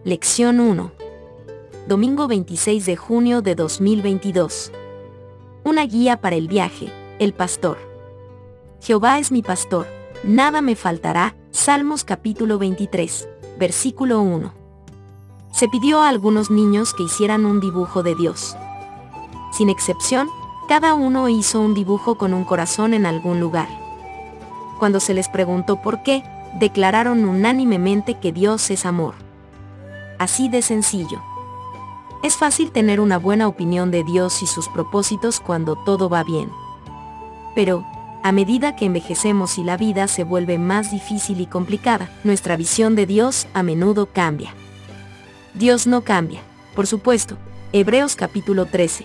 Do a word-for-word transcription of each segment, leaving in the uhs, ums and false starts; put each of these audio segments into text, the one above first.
Lección uno. Domingo veintiséis de junio de dos mil veintidós. Una guía para el viaje, el pastor. Jehová es mi pastor, nada me faltará. Salmos capítulo veintitrés, versículo uno. Se pidió a algunos niños que hicieran un dibujo de Dios. Sin excepción, cada uno hizo un dibujo con un corazón en algún lugar. Cuando se les preguntó por qué, declararon unánimemente que Dios es amor. Así de sencillo. Es fácil tener una buena opinión de Dios y sus propósitos cuando todo va bien. Pero, a medida que envejecemos y la vida se vuelve más difícil y complicada, nuestra visión de Dios a menudo cambia. Dios no cambia, por supuesto. Hebreos capítulo trece.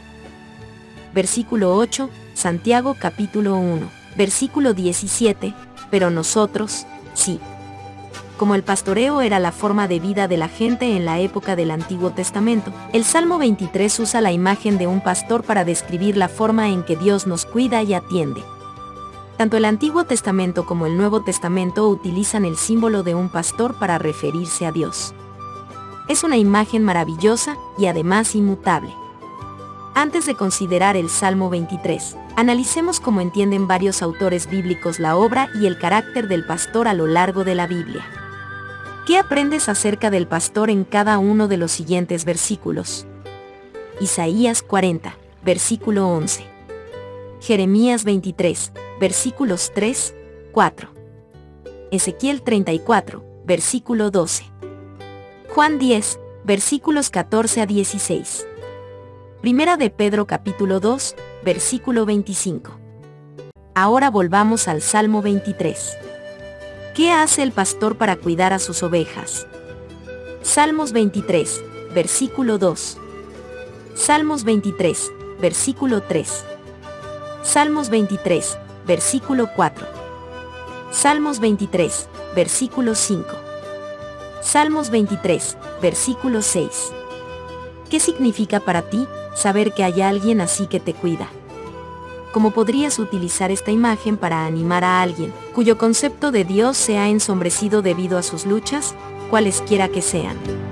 Versículo ocho, Santiago capítulo uno, versículo diecisiete, pero nosotros, sí. Como el pastoreo era la forma de vida de la gente en la época del Antiguo Testamento, el Salmo veintitrés usa la imagen de un pastor para describir la forma en que Dios nos cuida y atiende. Tanto el Antiguo Testamento como el Nuevo Testamento utilizan el símbolo de un pastor para referirse a Dios. Es una imagen maravillosa y además inmutable. Antes de considerar el Salmo veintitrés, analicemos cómo entienden varios autores bíblicos la obra y el carácter del pastor a lo largo de la Biblia. ¿Qué aprendes acerca del pastor en cada uno de los siguientes versículos? Isaías cuarenta, versículo once. Jeremías veintitrés, versículos tres, cuatro. Ezequiel treinta y cuatro, versículo doce. Juan diez, versículos catorce a dieciséis. Primera de Pedro capítulo dos, versículo veinticinco. Ahora volvamos al Salmo veintitrés. ¿Qué hace el pastor para cuidar a sus ovejas? Salmos veintitrés, versículo dos. Salmos veintitrés, versículo tres. Salmos veintitrés, versículo cuatro. Salmos veintitrés, versículo cinco. Salmos veintitrés, versículo seis. ¿Qué significa para ti saber que hay alguien así que te cuida? ¿Cómo podrías utilizar esta imagen para animar a alguien cuyo concepto de Dios se ha ensombrecido debido a sus luchas, cualesquiera que sean?